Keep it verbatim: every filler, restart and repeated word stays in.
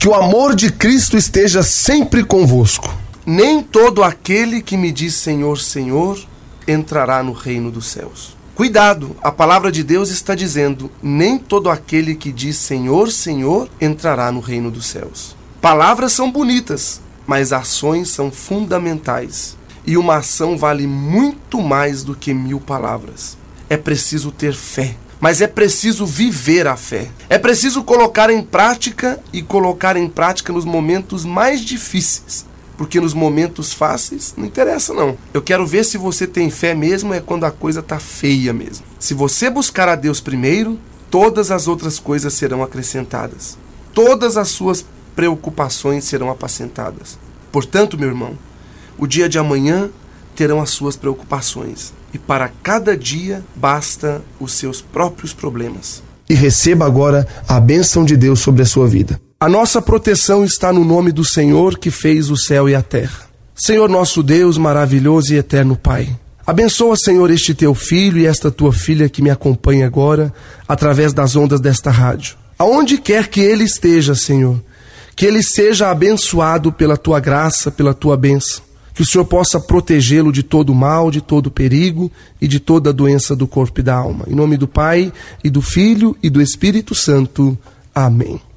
Que o amor de Cristo esteja sempre convosco. Nem todo aquele que me diz Senhor, Senhor, entrará no reino dos céus. Cuidado, a palavra de Deus está dizendo, nem todo aquele que diz Senhor, Senhor, entrará no reino dos céus. Palavras são bonitas, mas ações são fundamentais. E uma ação vale muito mais do que mil palavras. É preciso ter fé, mas é preciso viver a fé. É preciso colocar em prática e colocar em prática nos momentos mais difíceis. Porque nos momentos fáceis não interessa não. Eu quero ver se você tem fé mesmo é quando a coisa tá feia mesmo. Se você buscar a Deus primeiro, todas as outras coisas serão acrescentadas. Todas as suas preocupações serão apacentadas. Portanto, meu irmão, o dia de amanhã terão as suas preocupações. E para cada dia basta os seus próprios problemas. E receba agora a bênção de Deus sobre a sua vida. A nossa proteção está no nome do Senhor que fez o céu e a terra. Senhor nosso Deus, maravilhoso e eterno Pai. Abençoa, Senhor, este teu filho e esta tua filha que me acompanha agora através das ondas desta rádio. Aonde quer que ele esteja, Senhor, que ele seja abençoado pela tua graça, pela tua bênção. Que o Senhor possa protegê-lo de todo mal, de todo perigo e de toda doença do corpo e da alma. Em nome do Pai, e do Filho e do Espírito Santo. Amém.